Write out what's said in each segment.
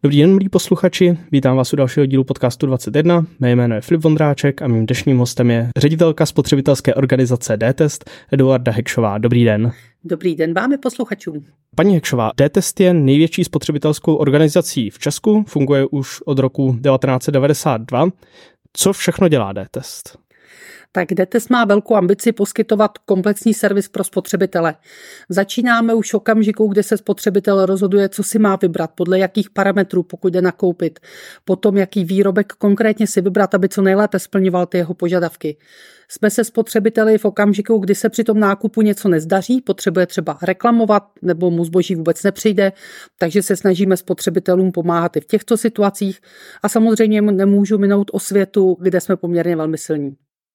Dobrý den, milí posluchači, vítám vás u dalšího dílu podcastu 21. Mé jméno je Filip Vondráček a mým dnešním hostem je ředitelka spotřebitelské organizace D-Test Eduarda Hekšová. Dobrý den. Dobrý den vám i posluchačům. Paní Hekšová, D-Test je největší spotřebitelskou organizací v Česku, funguje už od roku 1992. Co všechno dělá D-Test? Tak D-Test má velkou ambici poskytovat komplexní servis pro spotřebitele. Začínáme už v okamžiku, kdy se spotřebitel rozhoduje, co si má vybrat, podle jakých parametrů, pokud jde nakoupit, potom jaký výrobek konkrétně si vybrat, aby co nejlépe splňoval ty jeho požadavky. Jsme se spotřebiteli v okamžiku, kdy se při tom nákupu něco nezdaří, potřebuje třeba reklamovat nebo mu zboží vůbec nepřijde, takže se snažíme spotřebitelům pomáhat i v těchto situacích a samozřejmě nemůžu minout osvětu, kde jsme poměrně velmi silní.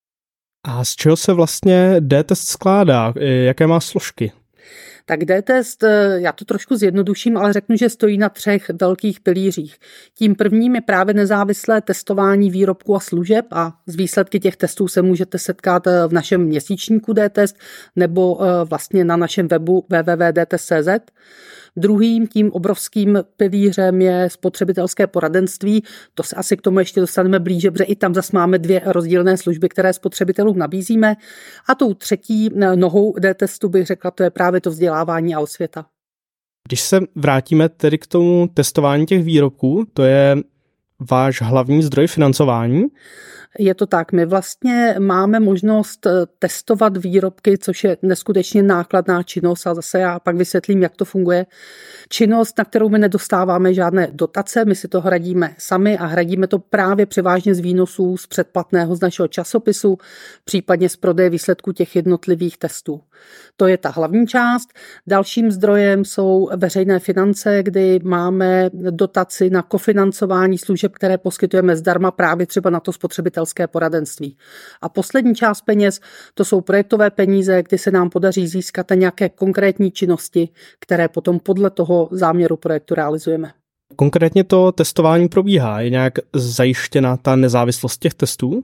A z čeho se vlastně D-Test skládá? Jaké má složky? Tak D-Test, já to trošku zjednoduším, ale řeknu, že stojí na 3 velkých pilířích. Tím prvním je právě nezávislé testování výrobků a služeb a z výsledky těch testů se můžete setkat v našem měsíčníku D-Test nebo vlastně na našem webu www.dtest.cz. Druhým tím obrovským pilířem je spotřebitelské poradenství. To se asi k tomu ještě dostaneme blíže, protože i tam zase máme 2 rozdílné služby, které spotřebitelům nabízíme. A tou třetí nohou D-Testu bych řekla, to je právě to vzdělávání a osvěta. Když se vrátíme tedy k tomu testování těch výrobků, to je váš hlavní zdroj financování? Je to tak, my vlastně máme možnost testovat výrobky, což je neskutečně nákladná činnost a zase já pak vysvětlím, jak to funguje. Činnost, na kterou my nedostáváme žádné dotace, my si to hradíme sami a hradíme to právě převážně z výnosů z předplatného z našeho časopisu, případně z prodeje výsledků těch jednotlivých testů. To je ta hlavní část. Dalším zdrojem jsou veřejné finance, kdy máme dotaci na kofinancování služeb, které poskytujeme zdarma právě třeba na to spotřebitelské poradenství. A poslední část peněz, to jsou projektové peníze, kdy se nám podaří získat nějaké konkrétní činnosti, které potom podle toho záměru projektu realizujeme. Konkrétně to testování probíhá. Je nějak zajištěna ta nezávislost těch testů?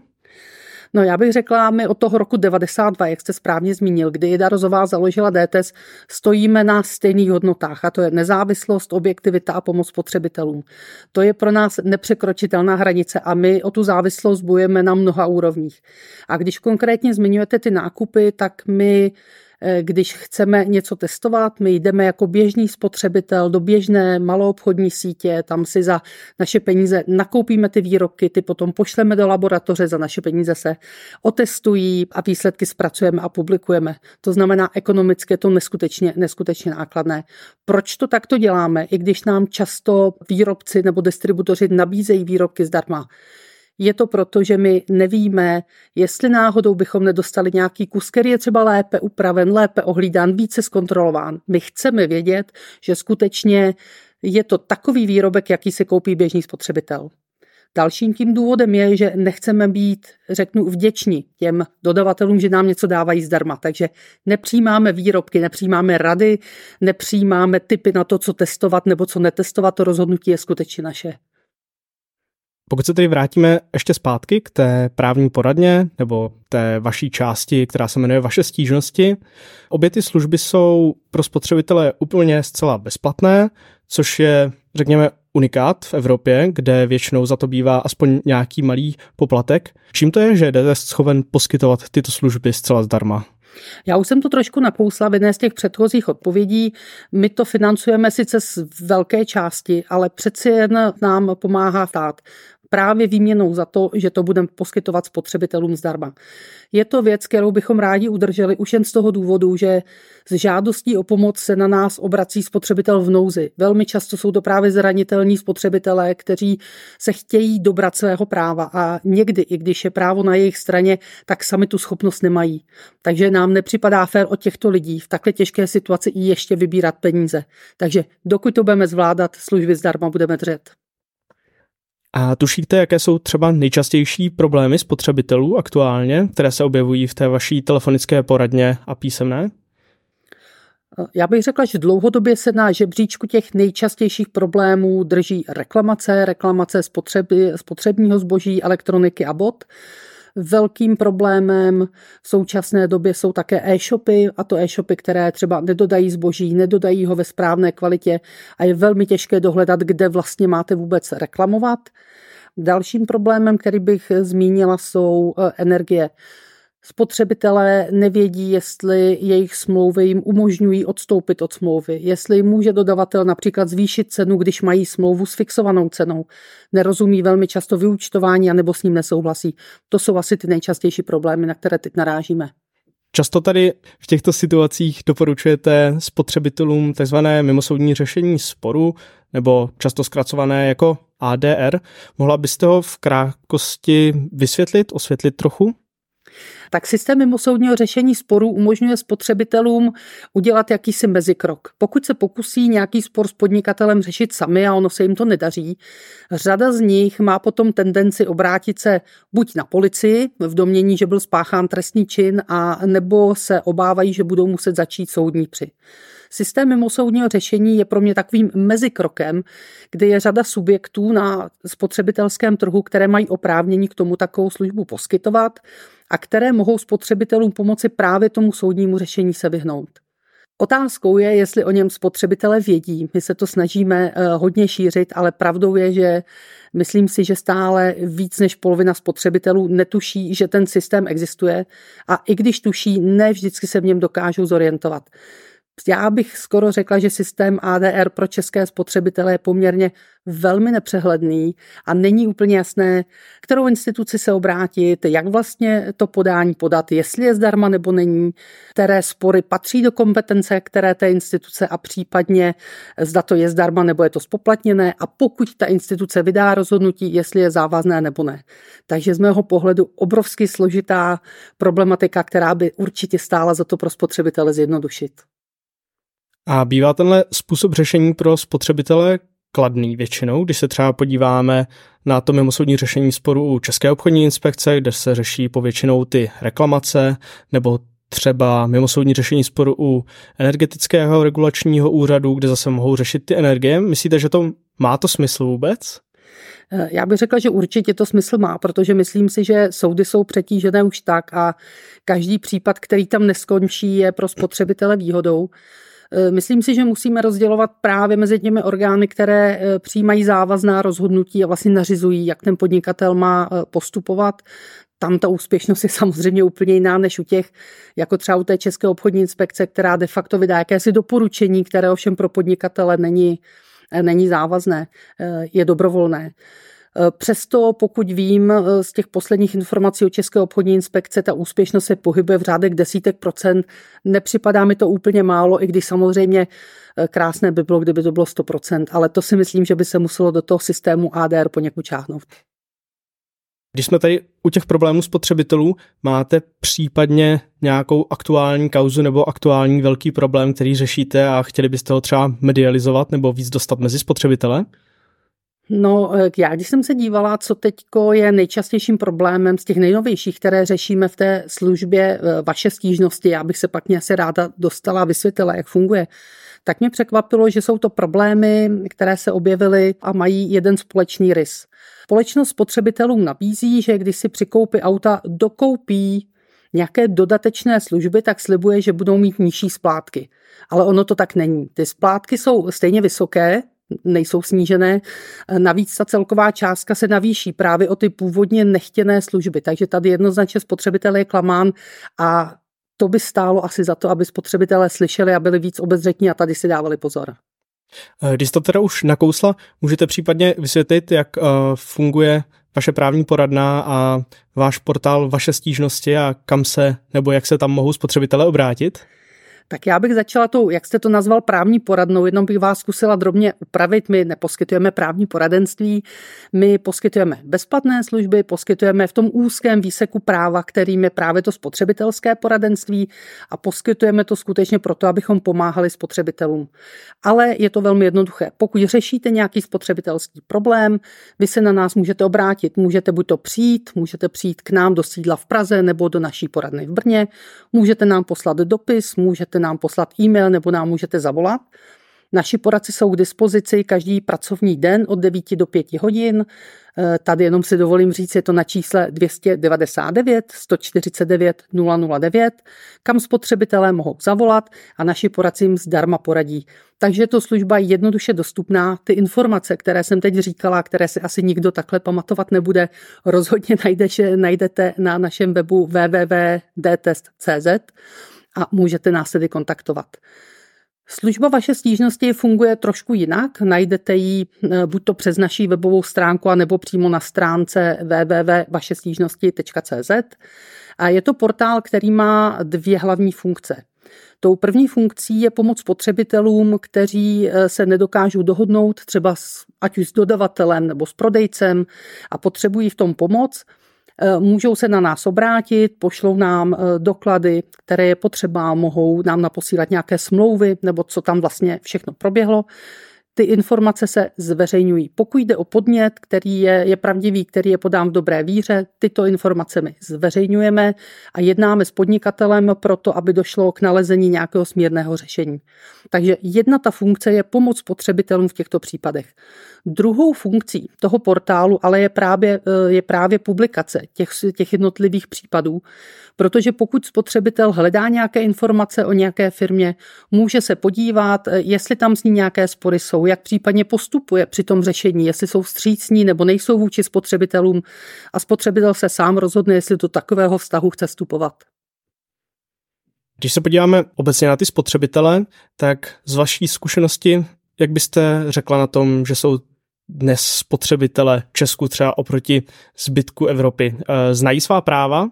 No já bych řekla, my od toho roku 92, jak jste správně zmínil, kdy Ida Rozová založila D-Test, stojíme na stejných hodnotách a to je nezávislost, objektivita a pomoc spotřebitelům. To je pro nás nepřekročitelná hranice a my o tu závislost bojujeme na mnoha úrovních. A když konkrétně zmiňujete ty nákupy, tak my když chceme něco testovat, my jdeme jako běžný spotřebitel do běžné maloobchodní sítě, tam si za naše peníze nakoupíme ty výrobky, ty potom pošleme do laboratoře, za naše peníze se otestují a výsledky zpracujeme a publikujeme. To znamená, ekonomicky je to neskutečně nákladné. Proč to takto děláme, i když nám často výrobci nebo distributoři nabízejí výrobky zdarma? Je to proto, že my nevíme, jestli náhodou bychom nedostali nějaký kus, který je třeba lépe upraven, lépe ohlídán, více zkontrolován. My chceme vědět, že skutečně je to takový výrobek, jaký si koupí běžný spotřebitel. Dalším tím důvodem je, že nechceme být, řeknu, vděční těm dodavatelům, že nám něco dávají zdarma. Takže nepřijímáme výrobky, nepřijímáme rady, nepřijímáme tipy na to, co testovat nebo co netestovat. To rozhodnutí je skutečně naše. Pokud se tedy vrátíme ještě zpátky k té právní poradně nebo té vaší části, která se jmenuje Vaše stížnosti, obě ty služby jsou pro spotřebitele úplně zcela bezplatné, což je, řekněme, unikát v Evropě, kde většinou za to bývá aspoň nějaký malý poplatek. Čím to je, že je D-Test schopen poskytovat tyto služby zcela zdarma? Já už jsem to trošku nakousla v jedné z těch předchozích odpovědí. My to financujeme sice z velké části, ale přeci jen nám pomáhá stát. Právě výměnou za to, že to budeme poskytovat spotřebitelům zdarma. Je to věc, kterou bychom rádi udrželi už jen z toho důvodu, že s žádostí o pomoc se na nás obrací spotřebitel v nouzi. Velmi často jsou to právě zranitelní spotřebitelé, kteří se chtějí dobrat svého práva a někdy, i když je právo na jejich straně, tak sami tu schopnost nemají. Takže nám nepřipadá fér od těchto lidí v takhle těžké situaci i ještě vybírat peníze. Takže dokud to budeme zvládat, služby zdarma budeme držet. A tušíte, jaké jsou třeba nejčastější problémy spotřebitelů aktuálně, které se objevují v té vaší telefonické poradně a písemné? Já bych řekla, že dlouhodobě se na žebříčku těch nejčastějších problémů drží reklamace spotřebního zboží, elektroniky a bot. Velkým problémem v současné době jsou také e-shopy, a to e-shopy, které třeba nedodají zboží, nedodají ho ve správné kvalitě a je velmi těžké dohledat, kde vlastně máte vůbec reklamovat. Dalším problémem, který bych zmínila, jsou energie. Spotřebitelé nevědí, jestli jejich smlouvy jim umožňují odstoupit od smlouvy, jestli jim může dodavatel například zvýšit cenu, když mají smlouvu s fixovanou cenou. Nerozumí velmi často vyúčtování anebo s ním nesouhlasí. To jsou asi ty nejčastější problémy, na které teď narážíme. Často tady v těchto situacích doporučujete spotřebitelům tzv. Mimosoudní řešení sporu, nebo často zkracované jako ADR. Mohla byste ho v krátkosti osvětlit trochu? Tak systém mimosoudního řešení sporů umožňuje spotřebitelům udělat jakýsi mezikrok. Pokud se pokusí nějaký spor s podnikatelem řešit sami a ono se jim to nedaří, řada z nich má potom tendenci obrátit se buď na policii v domnění, že byl spáchán trestný čin, a nebo se obávají, že budou muset začít soudní při. Systém mimosoudního řešení je pro mě takovým mezikrokem, kde je řada subjektů na spotřebitelském trhu, které mají oprávnění k tomu takovou službu poskytovat a které mohou spotřebitelům pomoci právě tomu soudnímu řešení se vyhnout. Otázkou je, jestli o něm spotřebitelé vědí. My se to snažíme hodně šířit, ale pravdou je, že myslím si, že stále víc než polovina spotřebitelů netuší, že ten systém existuje, a i když tuší, ne vždycky se v něm dokážou zorientovat. Já bych skoro řekla, že systém ADR pro české spotřebitele je poměrně velmi nepřehledný a není úplně jasné, kterou instituci se obrátit, jak vlastně to podání podat, jestli je zdarma nebo není, které spory patří do kompetence které té instituce a případně zda to je zdarma nebo je to spoplatněné, a pokud ta instituce vydá rozhodnutí, jestli je závazné nebo ne. Takže z mého pohledu obrovsky složitá problematika, která by určitě stála za to pro spotřebitele zjednodušit. A bývá tenhle způsob řešení pro spotřebitele kladný většinou, když se třeba podíváme na to mimosoudní řešení sporu u České obchodní inspekce, kde se řeší povětšinou ty reklamace, nebo třeba mimosoudní řešení sporu u energetického regulačního úřadu, kde zase mohou řešit ty energie. Myslíte, že to má to smysl vůbec? Já bych řekla, že určitě to smysl má, protože myslím si, že soudy jsou přetížené už tak a každý případ, který tam neskončí, je pro spotřebitele výhodou. Myslím si, že musíme rozdělovat právě mezi těmi orgány, které přijímají závazná rozhodnutí a vlastně nařizují, jak ten podnikatel má postupovat. Tam ta úspěšnost je samozřejmě úplně jiná než u těch, jako třeba u té České obchodní inspekce, která de facto vydá jakési doporučení, které ovšem pro podnikatele není závazné, je dobrovolné. Přesto, pokud vím z těch posledních informací o České obchodní inspekce, ta úspěšnost se pohybuje v řádech desítek procent. Nepřipadá mi to úplně málo, i když samozřejmě krásné by bylo, kdyby to bylo 100%, ale to si myslím, že by se muselo do toho systému ADR poněkud čáhnout. Když jsme tady u těch problémů spotřebitelů, máte případně nějakou aktuální kauzu nebo aktuální velký problém, který řešíte a chtěli byste ho třeba medializovat nebo víc dostat mezi spotřebitele? No, já když jsem se dívala, co teďko je nejčastějším problémem z těch nejnovějších, které řešíme v té službě vaše stížnosti, já bych se pak mě asi ráda dostala a vysvětlila, jak funguje, tak mě překvapilo, že jsou to problémy, které se objevily a mají jeden společný rys. Společnost spotřebitelům nabízí, že když si při koupi auta dokoupí nějaké dodatečné služby, tak slibuje, že budou mít nižší splátky. Ale ono to tak není. Ty splátky jsou stejně vysoké, nejsou snížené. Navíc ta celková částka se navýší právě o ty původně nechtěné služby. Takže tady jednoznačně spotřebitel je klamán a to by stálo asi za to, aby spotřebitelé slyšeli a byli víc obezřetní a tady si dávali pozor. Když to teda už nakousla, můžete případně vysvětlit, jak funguje vaše právní poradna a váš portál Vaše stížnosti a kam se nebo jak se tam mohou spotřebitelé obrátit? Tak já bych začala tou, jak jste to nazval, právní poradnou. Jednou bych vás zkusila drobně upravit. My neposkytujeme právní poradenství, my poskytujeme bezplatné služby, poskytujeme v tom úzkém výseku práva, kterým je právě to spotřebitelské poradenství, a poskytujeme to skutečně proto, abychom pomáhali spotřebitelům. Ale je to velmi jednoduché. Pokud řešíte nějaký spotřebitelský problém, vy se na nás můžete obrátit. Můžete buď to můžete přijít k nám do sídla v Praze nebo do naší poradny v Brně, můžete nám poslat dopis, můžete nám poslat e-mail nebo nám můžete zavolat. Naši poradci jsou k dispozici každý pracovní den od 9 do 5 hodin. Tady jenom si dovolím říct, je to na čísle 299 149 009, kam spotřebitelé mohou zavolat a naši poradci jim zdarma poradí. Takže je to služba jednoduše dostupná. Ty informace, které jsem teď říkala, které si asi nikdo takhle pamatovat nebude, rozhodně najdete na našem webu www.dtest.cz a můžete nás tedy kontaktovat. Služba Vaše stížnosti funguje trošku jinak. Najdete ji buď to přes naší webovou stránku, anebo přímo na stránce www.vašestížnosti.cz. A je to portál, který má 2 hlavní funkce. Tou první funkcí je pomoc spotřebitelům, kteří se nedokážou dohodnout třeba ať už s dodavatelem nebo s prodejcem a potřebují v tom pomoc. Můžou se na nás obrátit, pošlou nám doklady, které je potřeba, mohou nám naposílat nějaké smlouvy nebo co tam vlastně všechno proběhlo. Ty informace se zveřejňují. Pokud jde o podnět, který je pravdivý, který je podán v dobré víře, tyto informace my zveřejňujeme a jednáme s podnikatelem pro to, aby došlo k nalezení nějakého smírného řešení. Takže jedna ta funkce je pomoc spotřebitelům v těchto případech. Druhou funkcí toho portálu ale je právě publikace těch jednotlivých případů, protože pokud spotřebitel hledá nějaké informace o nějaké firmě, může se podívat, jestli tam s ní nějaké spory jsou, jak případně postupuje při tom řešení, jestli jsou vstřícní nebo nejsou vůči spotřebitelům a spotřebitel se sám rozhodne, jestli do takového vztahu chce vstupovat. Když se podíváme obecně na ty spotřebitele, tak z vaší zkušenosti, jak byste řekla na tom, že jsou dnes spotřebitele v Česku třeba oproti zbytku Evropy? Znají svá práva?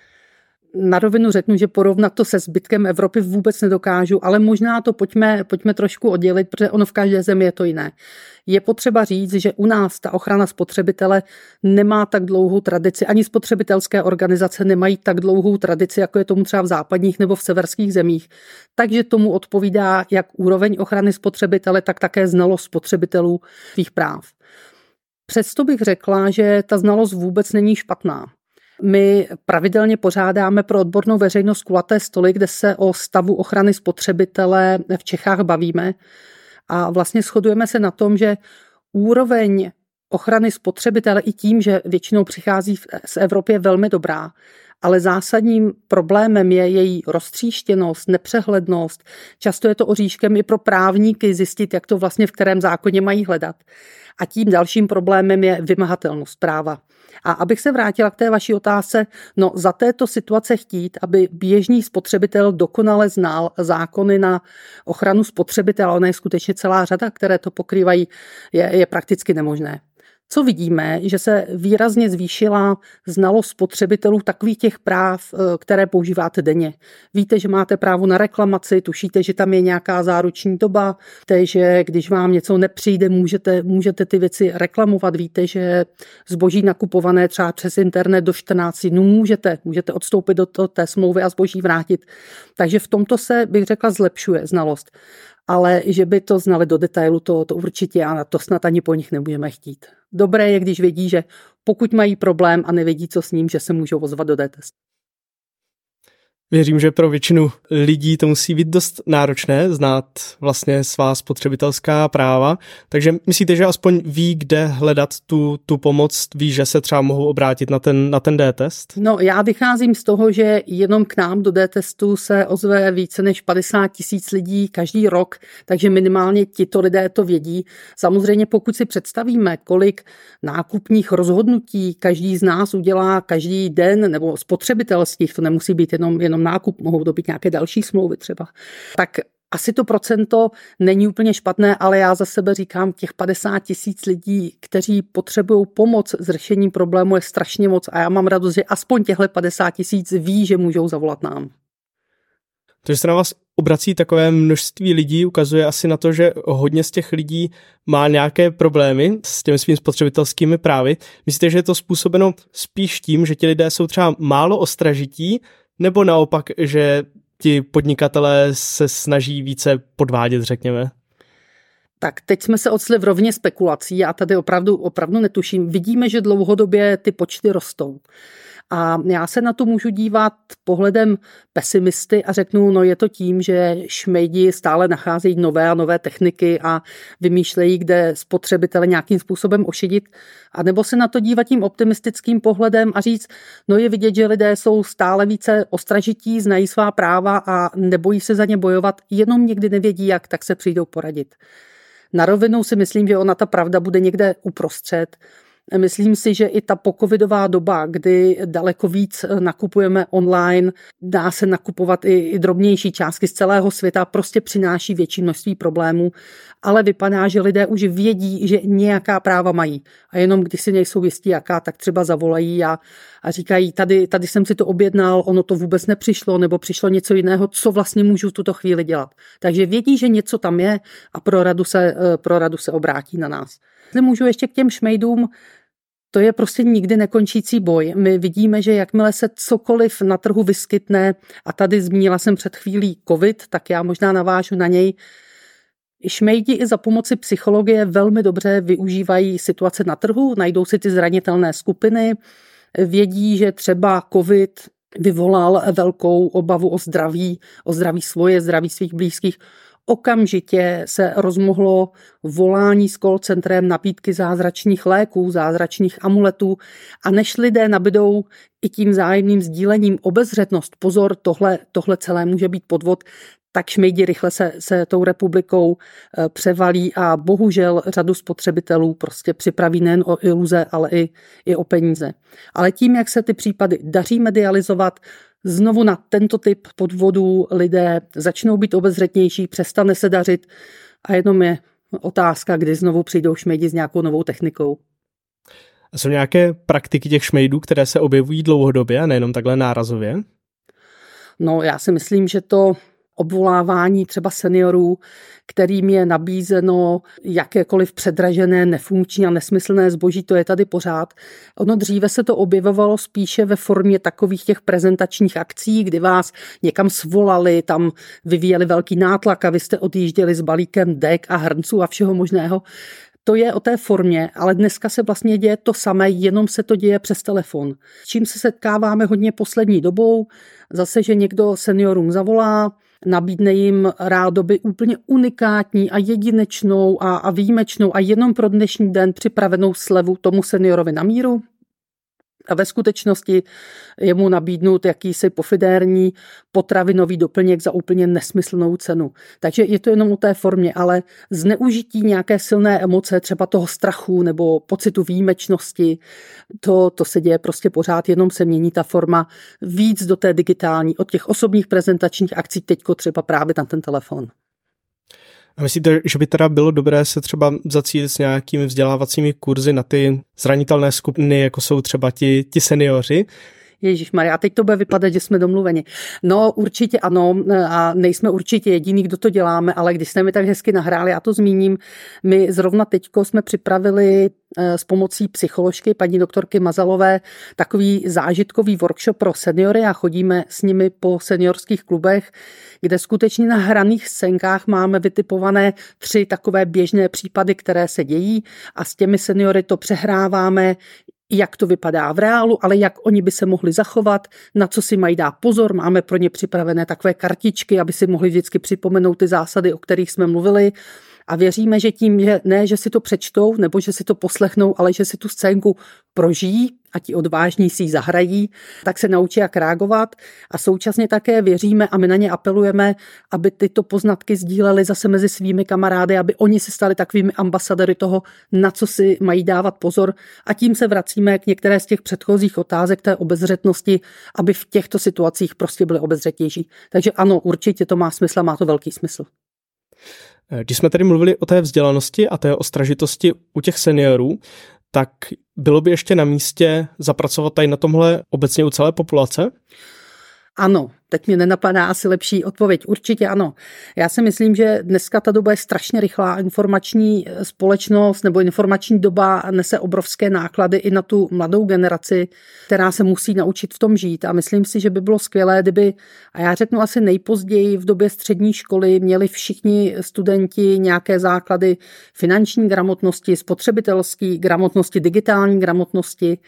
Na rovinu řeknu, že porovnat to se zbytkem Evropy vůbec nedokážu, ale možná to pojďme trošku oddělit, protože ono v každé zemi je to jiné. Je potřeba říct, že u nás ta ochrana spotřebitele nemá tak dlouhou tradici, ani spotřebitelské organizace nemají tak dlouhou tradici, jako je tomu třeba v západních nebo v severských zemích. Takže tomu odpovídá jak úroveň ochrany spotřebitele, tak také znalost spotřebitelů svých práv. Přesto bych řekla, že ta znalost vůbec není špatná. My pravidelně pořádáme pro odbornou veřejnost kulaté stoly, kde se o stavu ochrany spotřebitele v Čechách bavíme a vlastně shodujeme se na tom, že úroveň ochrany spotřebitele i tím, že většinou přichází z Evropy, je velmi dobrá, ale zásadním problémem je její roztříštěnost, nepřehlednost. Často je to oříškem i pro právníky zjistit, jak to vlastně v kterém zákoně mají hledat. A tím dalším problémem je vymahatelnost práva. A abych se vrátila k té vaší otázce, za této situace chtít, aby běžný spotřebitel dokonale znal zákony na ochranu spotřebitele, ona je skutečně celá řada, které to pokrývají, je prakticky nemožné. Co vidíme, že se výrazně zvýšila znalost spotřebitelů takových těch práv, které používáte denně. Víte, že máte právo na reklamaci, tušíte, že tam je nějaká záruční doba, víte, že když vám něco nepřijde, můžete ty věci reklamovat, víte, že zboží nakupované třeba přes internet do 14 dnů můžete odstoupit do té smlouvy a zboží vrátit. Takže v tomto se, bych řekla, zlepšuje znalost. Ale že by to znali do detailu, to určitě a to snad ani po nich nebudeme chtít. Dobré je, když vědí, že pokud mají problém a nevědí, co s ním, že se můžou ozvat do DTest. Věřím, že pro většinu lidí to musí být dost náročné znát vlastně svá spotřebitelská práva, takže myslíte, že aspoň ví, kde hledat tu pomoc, ví, že se třeba mohou obrátit na ten D-test? Já vycházím z toho, že jenom k nám do D-testu se ozve více než 50 000 lidí každý rok, takže minimálně tito lidé to vědí. Samozřejmě pokud si představíme, kolik nákupních rozhodnutí každý z nás udělá každý den, nebo spotřebitelských, to nemusí být jenom nákup, mohou to být nějaké další smlouvy třeba, tak asi to procento není úplně špatné, ale já za sebe říkám, těch 50 000 lidí, kteří potřebují pomoc s řešením problému, je strašně moc a já mám radost, že aspoň těchto 50 000 ví, že můžou zavolat nám. To, že se na vás obrací takové množství lidí, ukazuje asi na to, že hodně z těch lidí má nějaké problémy s těmi svými spotřebitelskými právy. Myslíte, že je to způsobeno spíš tím, že ti lidé jsou třeba málo ostražití, nebo naopak, že ti podnikatelé se snaží více podvádět, řekněme? Tak teď jsme se ocitli v rovině spekulací a tady opravdu netuším. Vidíme, že dlouhodobě ty počty rostou. A já se na to můžu dívat pohledem pesimisty a řeknu, no je to tím, že šmejdi stále nacházejí nové a nové techniky a vymýšlejí, kde spotřebitele nějakým způsobem ošidit. A nebo se na to dívat tím optimistickým pohledem a říct, no je vidět, že lidé jsou stále více ostražití, znají svá práva a nebojí se za ně bojovat, jenom někdy nevědí jak, tak se přijdou poradit. Na rovinu si myslím, že ona ta pravda bude někde uprostřed. Myslím si, že i ta pocovidová doba, kdy daleko víc nakupujeme online, dá se nakupovat i drobnější částky z celého světa, prostě přináší větší množství problémů, ale vypadá, že lidé už vědí, že nějaká práva mají. A jenom když si nejsou jistí jaká, tak třeba zavolají a říkají, tady jsem si to objednal, ono to vůbec nepřišlo, nebo přišlo něco jiného, co vlastně můžu v tuto chvíli dělat. Takže vědí, že něco tam je a pro radu se obrátí na nás. Můžu ještě k těm šmejdům, to je prostě nikdy nekončící boj. My vidíme, že jakmile se cokoliv na trhu vyskytne, a tady zmínila jsem před chvílí covid, tak já možná navážu na něj, šmejdi i za pomoci psychologie velmi dobře využívají situace na trhu, najdou si ty zranitelné skupiny, vědí, že třeba covid vyvolal velkou obavu o zdraví svoje, zdraví svých blízkých. Okamžitě se rozmohlo volání s call centrem, nabídky zázračných léků, zázračných amuletů a než lidé nabídou i tím vzájemným sdílením obezřetnost, pozor, tohle celé může být podvod, tak šmejdi rychle se tou republikou převalí a bohužel řadu spotřebitelů prostě připraví nejen o iluze, ale i o peníze. Ale tím, jak se ty případy daří medializovat, znovu na tento typ podvodů lidé začnou být obezřetnější, přestane se dařit a jenom je otázka, kdy znovu přijdou šmejdi s nějakou novou technikou. A jsou nějaké praktiky těch šmejdů, které se objevují dlouhodobě a nejenom takhle nárazově? No, já si myslím, že to obvolávání třeba seniorů, kterým je nabízeno jakékoliv předražené, nefunkční a nesmyslné zboží, to je tady pořád. Ono dříve se to objevovalo spíše ve formě takových těch prezentačních akcí, kdy vás někam svolali, tam vyvíjeli velký nátlak a vy jste odjížděli s balíkem dek a hrnců a všeho možného. To je o té formě, ale dneska se vlastně děje to samé, jenom se to děje přes telefon. S čím se setkáváme hodně poslední dobou, zase, že někdo seniorům zavolá, nabídne jim rádoby úplně unikátní a jedinečnou a výjimečnou a jenom pro dnešní den připravenou slevu tomu seniorovi na míru. A ve skutečnosti je mu nabídnut jakýsi pofidérní potravinový doplněk za úplně nesmyslnou cenu. Takže je to jenom o té formě, ale zneužití nějaké silné emoce, třeba toho strachu nebo pocitu výjimečnosti, to se děje prostě pořád, jenom se mění ta forma víc do té digitální, od těch osobních prezentačních akcí teďko třeba právě na ten telefon. A myslíte, že by teda bylo dobré se třeba zacílit s nějakými vzdělávacími kurzy na ty zranitelné skupiny, jako jsou třeba ti seniori? Ježišmarja, a teď to bude vypadat, že jsme domluveni. No určitě ano a nejsme určitě jediný, kdo to děláme, ale když jste mi tak hezky nahráli, já to zmíním, my zrovna teďko jsme připravili s pomocí psycholožky paní doktorky Mazalové takový zážitkový workshop pro seniory a chodíme s nimi po seniorských klubech, kde skutečně na hraných scénkách máme vytipované 3 takové běžné případy, které se dějí a s těmi seniory to přehráváme, jak to vypadá v reálu, ale jak oni by se mohli zachovat, na co si mají dát pozor. Máme pro ně připravené takové kartičky, aby si mohli vždycky připomenout ty zásady, o kterých jsme mluvili. A věříme, že tím, že ne, že si to přečtou, nebo že si to poslechnou, ale že si tu scénku prožijí a ti odvážní si ji zahrají, tak se naučí, jak reagovat. A současně také věříme a my na ně apelujeme, aby tyto poznatky sdíleli zase mezi svými kamarády, aby oni se stali takovými ambasadory toho, na co si mají dávat pozor. A tím se vracíme k některé z těch předchozích otázek té obezřetnosti, aby v těchto situacích prostě byly obezřetnější. Takže ano, určitě to má smysl a má to velký smysl. Když jsme tady mluvili o té vzdělanosti a té ostražitosti u těch seniorů, tak bylo by ještě na místě zapracovat tady na tomhle obecně u celé populace? Ano, teď mě nenapadá asi lepší odpověď. Určitě ano. Já si myslím, že dneska ta doba je strašně rychlá. Informační společnost nebo informační doba nese obrovské náklady i na tu mladou generaci, která se musí naučit v tom žít. A myslím si, že by bylo skvělé, kdyby, a já řeknu asi nejpozději v době střední školy, měli všichni studenti nějaké základy finanční gramotnosti, spotřebitelské gramotnosti, digitální gramotnosti.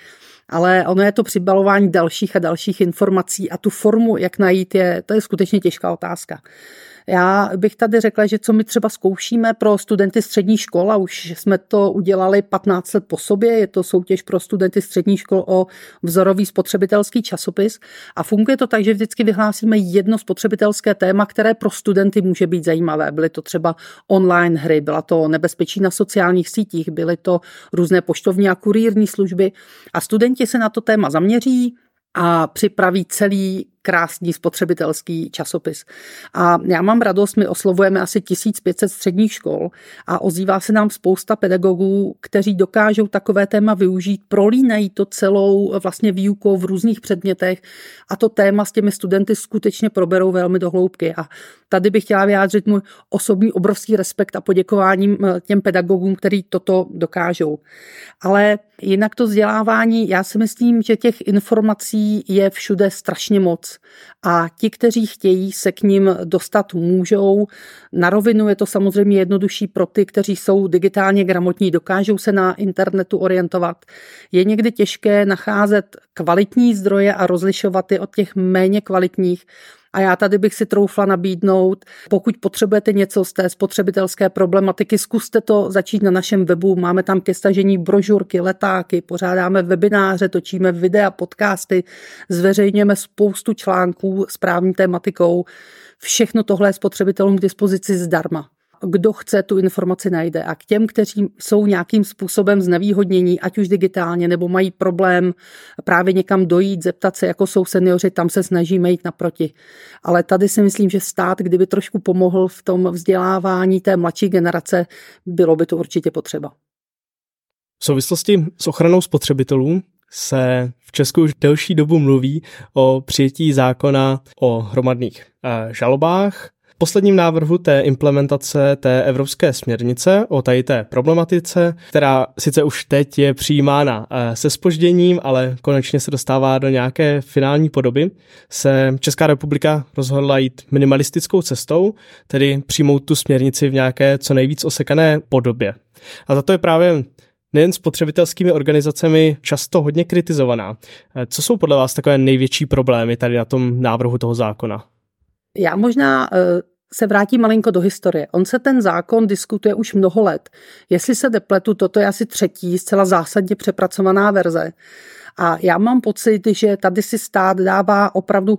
Ale ono je to přibalování dalších a dalších informací a tu formu, jak najít, to je skutečně těžká otázka. Já bych tady řekla, že co my třeba zkoušíme pro studenty středních škol, a už jsme to udělali 15 let po sobě, je to soutěž pro studenty středních škol o vzorový spotřebitelský časopis a funguje to tak, že vždycky vyhlásíme jedno spotřebitelské téma, které pro studenty může být zajímavé. Byly to třeba online hry, byla to nebezpečí na sociálních sítích, byly to různé poštovní a kurýrní služby a studenti se na to téma zaměří a připraví celý krásný spotřebitelský časopis. A já mám radost, my oslovujeme asi 1500 středních škol a ozývá se nám spousta pedagogů, kteří dokážou takové téma využít, prolínají to celou vlastně výukou v různých předmětech a to téma s těmi studenty skutečně proberou velmi do hloubky. A tady bych chtěla vyjádřit můj osobní obrovský respekt a poděkování těm pedagogům, kteří toto dokážou. Ale jinak to vzdělávání, já si myslím, že těch informací je všude strašně moc. A ti, kteří chtějí, se k ním dostat můžou. Na rovinu je to samozřejmě jednodušší pro ty, kteří jsou digitálně gramotní, dokážou se na internetu orientovat. Je někdy těžké nacházet kvalitní zdroje a rozlišovat je od těch méně kvalitních. A já tady bych si troufla nabídnout, pokud potřebujete něco z té spotřebitelské problematiky, zkuste to začít na našem webu. Máme tam ke stažení brožurky, letáky, pořádáme webináře, točíme videa, podcasty, zveřejňujeme spoustu článků s právní tématikou. Všechno tohle je spotřebitelům k dispozici zdarma. Kdo chce, tu informaci najde. A k těm, kteří jsou nějakým způsobem znevýhodnění, ať už digitálně, nebo mají problém právě někam dojít, zeptat se, jako jsou seniori, tam se snažíme jít naproti. Ale tady si myslím, že stát, kdyby trošku pomohl v tom vzdělávání té mladší generace, bylo by to určitě potřeba. V souvislosti s ochranou spotřebitelů se v Česku už delší dobu mluví o přijetí zákona o hromadných žalobách. V posledním návrhu té implementace té evropské směrnice o té problematice, která sice už teď je přijímána se zpožděním, ale konečně se dostává do nějaké finální podoby, se Česká republika rozhodla jít minimalistickou cestou, tedy přijmout tu směrnici v nějaké co nejvíc osekané podobě. A za to je právě nejen spotřebitelskými organizacemi často hodně kritizovaná. Co jsou podle vás takové největší problémy tady na tom návrhu toho zákona? Já možná se vrátím malinko do historie. On se ten zákon diskutuje už mnoho let. Jestli se nepletu, toto je asi třetí, zcela zásadně přepracovaná verze. A já mám pocit, že tady si stát dává opravdu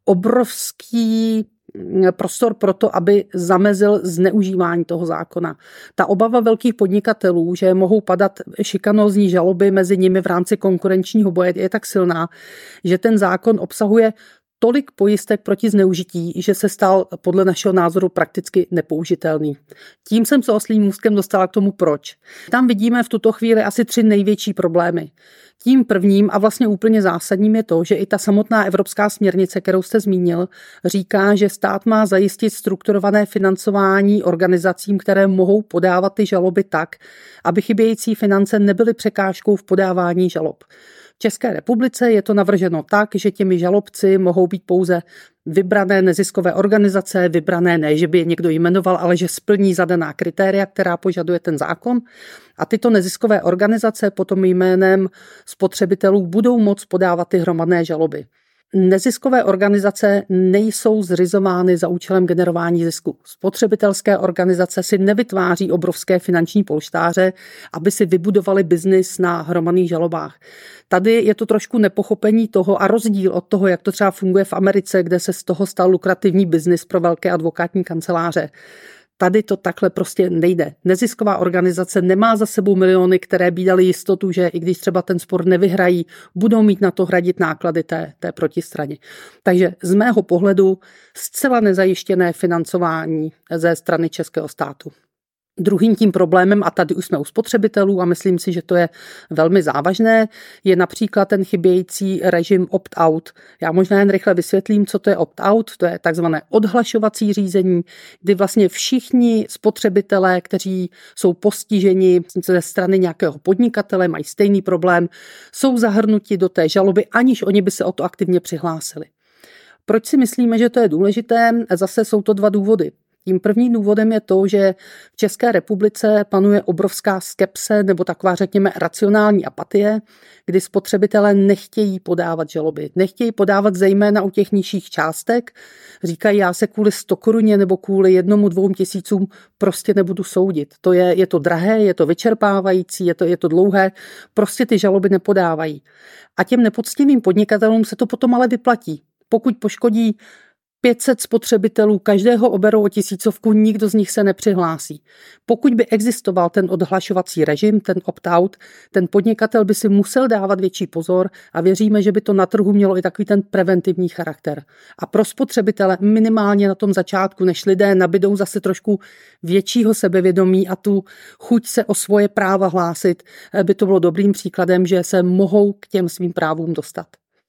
obrovský prostor pro to, aby zamezil zneužívání toho zákona. Ta obava velkých podnikatelů, že mohou padat šikanózní žaloby mezi nimi v rámci konkurenčního boje, je tak silná, že ten zákon obsahuje tolik pojistek proti zneužití, že se stal podle našeho názoru prakticky nepoužitelný. Tím jsem se oslím můstkem dostala k tomu proč. Tam vidíme v tuto chvíli asi 3 největší problémy. Tím prvním a vlastně úplně zásadním je to, že i ta samotná evropská směrnice, kterou jste zmínil, říká, že stát má zajistit strukturované financování organizacím, které mohou podávat ty žaloby tak, aby chybějící finance nebyly překážkou v podávání žalob. V České republice je to navrženo tak, že těmi žalobci mohou být pouze vybrané neziskové organizace, vybrané ne, že by je někdo jmenoval, ale že splní zadaná kritéria, která požaduje ten zákon. A tyto neziskové organizace potom jménem spotřebitelů budou moct podávat ty hromadné žaloby. Neziskové organizace nejsou zřizovány za účelem generování zisku. Spotřebitelské organizace si nevytváří obrovské finanční polštáře, aby si vybudovali biznis na hromadných žalobách. Tady je to trošku nepochopení toho a rozdíl od toho, jak to třeba funguje v Americe, kde se z toho stal lukrativní biznis pro velké advokátní kanceláře. Tady to takhle prostě nejde. Nezisková organizace nemá za sebou miliony, které by dali jistotu, že i když třeba ten spor nevyhrají, budou mít na to hradit náklady té protistraně. Takže z mého pohledu zcela nezajištěné financování ze strany českého státu. Druhým tím problémem, a tady už jsme u spotřebitelů a myslím si, že to je velmi závažné, je například ten chybějící režim opt-out. Já možná jen rychle vysvětlím, co to je opt-out. To je takzvané odhlašovací řízení, kdy vlastně všichni spotřebitelé, kteří jsou postiženi ze strany nějakého podnikatele, mají stejný problém, jsou zahrnuti do té žaloby, aniž oni by se o to aktivně přihlásili. Proč si myslíme, že to je důležité? Zase jsou to 2 důvody. Tím prvním důvodem je to, že v České republice panuje obrovská skepse nebo taková, řekněme, racionální apatie, kdy spotřebitelé nechtějí podávat žaloby. Nechtějí podávat zejména u těch nižších částek. Říkají, já se kvůli 100 koruně nebo kvůli 1-2 tisícům prostě nebudu soudit. Je to drahé, je to vyčerpávající, je to dlouhé, prostě ty žaloby nepodávají. A těm nepoctivým podnikatelům se to potom ale vyplatí. Pokud poškodí 500 spotřebitelů, každého oberou o 1000, nikdo z nich se nepřihlásí. Pokud by existoval ten odhlašovací režim, ten opt-out, ten podnikatel by si musel dávat větší pozor a věříme, že by to na trhu mělo i takový ten preventivní charakter. A pro spotřebitele minimálně na tom začátku, než lidé nabydou zase trošku většího sebevědomí a tu chuť se o svoje práva hlásit, by to bylo dobrým příkladem, že se mohou k těm svým právům dostat.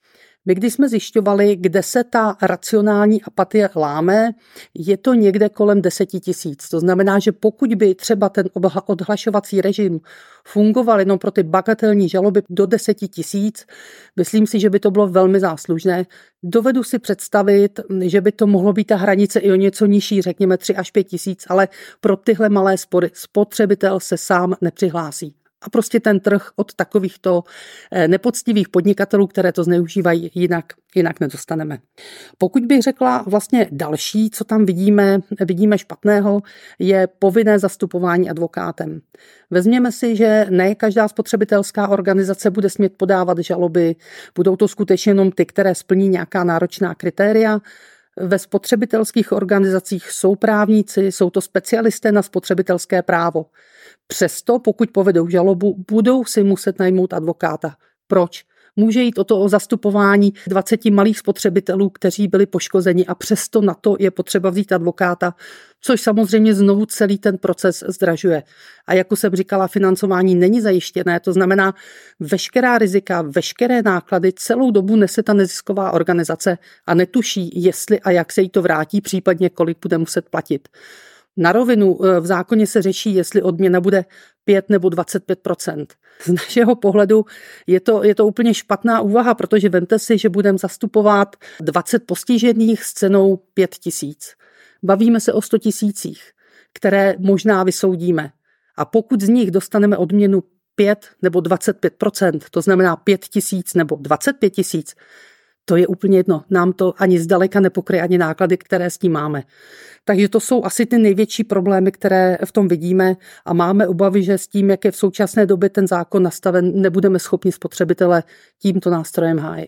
My když jsme zjišťovali, kde se ta racionální apatie láme, je to někde kolem 10 000. To znamená, že pokud by třeba ten odhlašovací režim fungoval jenom pro ty bagatelní žaloby do 10 000, myslím si, že by to bylo velmi záslužné. Dovedu si představit, že by to mohlo být ta hranice i o něco nižší, řekněme 3 až 5 000, ale pro tyhle malé spory spotřebitel se sám nepřihlásí. A prostě ten trh od takovýchto nepoctivých podnikatelů, které to zneužívají, jinak nedostaneme. Pokud bych řekla vlastně další, co tam vidíme špatného, je povinné zastupování advokátem. Vezměme si, že ne každá spotřebitelská organizace bude smět podávat žaloby, budou to skutečně jenom ty, které splní nějaká náročná kritéria. Ve spotřebitelských organizacích jsou právníci, jsou to specialisté na spotřebitelské právo. Přesto, pokud povedou žalobu, budou si muset najmout advokáta. Proč? Může jít o zastupování 20 malých spotřebitelů, kteří byli poškozeni a přesto na to je potřeba vzít advokáta, což samozřejmě znovu celý ten proces zdražuje. A jako jsem říkala, financování není zajištěné, to znamená veškerá rizika, veškeré náklady celou dobu nese ta nezisková organizace a netuší, jestli a jak se jí to vrátí, případně kolik bude muset platit. Na rovinu v zákoně se řeší, jestli odměna bude 5 nebo 25%. Z našeho pohledu je to úplně špatná úvaha, protože vemte si, že budeme zastupovat 20 postižených s cenou 5 000. Bavíme se o 100 000, které možná vysoudíme. A pokud z nich dostaneme odměnu 5 nebo 25%, to znamená 5 000 nebo 25 000, to je úplně jedno. Nám to ani zdaleka nepokryje ani náklady, které s tím máme. Takže to jsou asi ty největší problémy, které v tom vidíme a máme obavy, že s tím, jak je v současné době ten zákon nastaven, nebudeme schopni spotřebitele tímto nástrojem hájit.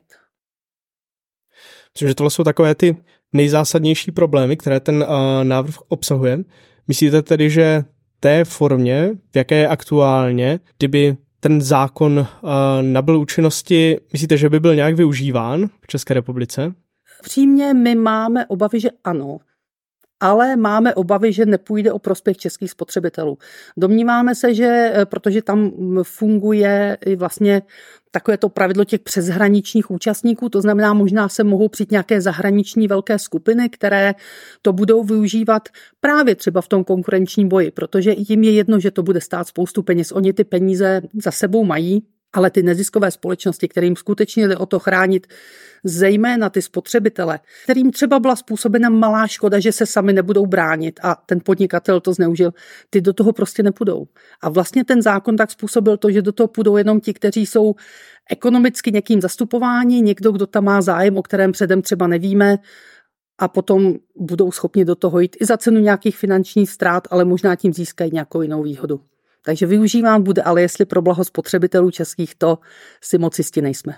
Myslím, že tohle jsou takové ty nejzásadnější problémy, které ten návrh obsahuje. Myslíte tedy, že té formě, v jaké je aktuálně, kdyby ten zákon nabyl účinnosti, myslíte, že by byl nějak využíván v České republice? Přímě my máme obavy, že ano, ale máme obavy, že nepůjde o prospěch českých spotřebitelů. Domníváme se, že protože tam funguje i vlastně takové to pravidlo těch přeshraničních účastníků, to znamená, možná se mohou přijít nějaké zahraniční velké skupiny, které to budou využívat právě třeba v tom konkurenčním boji, protože jim je jedno, že to bude stát spoustu peněz. Oni ty peníze za sebou mají, ale ty neziskové společnosti, kterým skutečně jde o to chránit zejména ty spotřebitele, kterým třeba byla způsobena malá škoda, že se sami nebudou bránit a ten podnikatel to zneužil, ty do toho prostě nepůjdou. A vlastně ten zákon tak způsobil to, že do toho půjdou jenom ti, kteří jsou ekonomicky někým zastupováni, někdo, kdo tam má zájem, o kterém předem třeba nevíme, a potom budou schopni do toho jít i za cenu nějakých finančních ztrát, ale možná tím získají nějakou jinou výhodu. Takže využíván bude, ale jestli pro blaho spotřebitelů českých, to si moc jistí nejsme.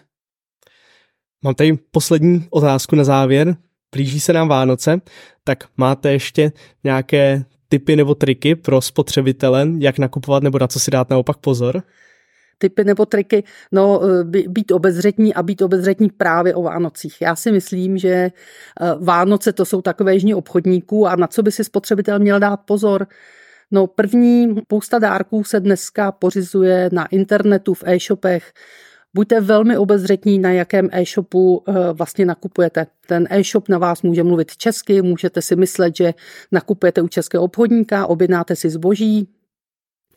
Mám tady poslední otázku na závěr. Blíží se nám Vánoce, tak máte ještě nějaké tipy nebo triky pro spotřebitele, jak nakupovat nebo na co si dát naopak pozor? Tipy nebo triky, být obezřetní a být obezřetní právě o Vánocích. Já si myslím, že Vánoce to jsou takové žní obchodníků a na co by si spotřebitel měl dát pozor. První, spousta dárků se dneska pořizuje na internetu, v e-shopech. Buďte velmi obezřetní, na jakém e-shopu vlastně nakupujete. Ten e-shop na vás může mluvit česky, můžete si myslet, že nakupujete u českého obchodníka, objednáte si zboží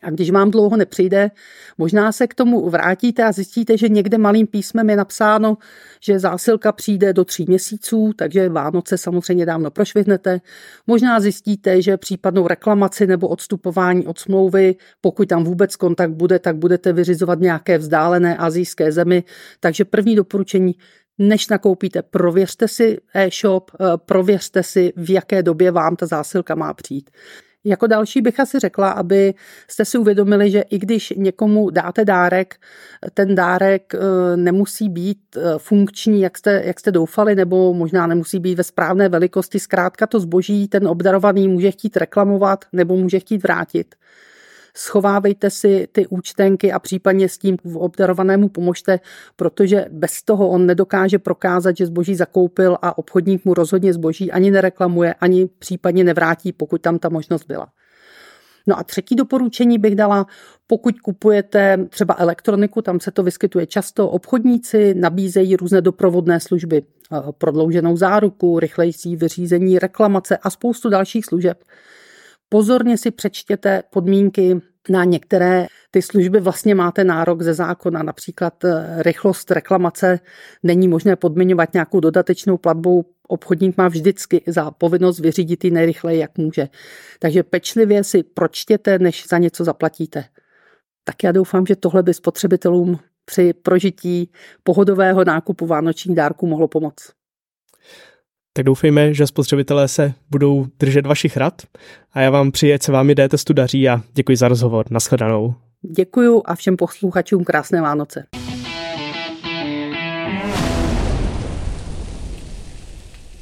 A když vám dlouho nepřijde, možná se k tomu vrátíte a zjistíte, že někde malým písmem je napsáno, že zásilka přijde do 3 měsíců, takže Vánoce samozřejmě dávno prošvihnete. Možná zjistíte, že případnou reklamaci nebo odstupování od smlouvy, pokud tam vůbec kontakt bude, tak budete vyřizovat nějaké vzdálené asijské zemi. Takže první doporučení: než nakoupíte, prověřte si e-shop, prověřte si, v jaké době vám ta zásilka má přijít. Jako další bych asi řekla, aby jste si uvědomili, že i když někomu dáte dárek, ten dárek nemusí být funkční, jak jste doufali, nebo možná nemusí být ve správné velikosti. Zkrátka to zboží ten obdarovaný může chtít reklamovat nebo může chtít vrátit. Schovávejte si ty účtenky a případně s tím obdarovanému pomožte, protože bez toho on nedokáže prokázat, že zboží zakoupil a obchodník mu rozhodně zboží ani nereklamuje, ani případně nevrátí, pokud tam ta možnost byla. No a třetí doporučení bych dala: pokud kupujete třeba elektroniku, tam se to vyskytuje často, obchodníci nabízejí různé doprovodné služby, prodlouženou záruku, rychlejší vyřízení reklamace a spoustu dalších služeb. Pozorně si přečtěte podmínky. Na některé ty služby vlastně máte nárok ze zákona, například rychlost reklamace není možné podmiňovat nějakou dodatečnou platbou. Obchodník má vždycky za povinnost vyřídit ji nejrychleji, jak může. Takže pečlivě si pročtěte, než za něco zaplatíte. Tak já doufám, že tohle by spotřebitelům při prožití pohodového nákupu vánočních dárků mohlo pomoct. Tak doufejme, že spotřebitelé se budou držet vašich rad a já vám přeji, ať se vám D-testu daří a děkuji za rozhovor. Nashledanou. Děkuju a všem posluchačům krásné Vánoce.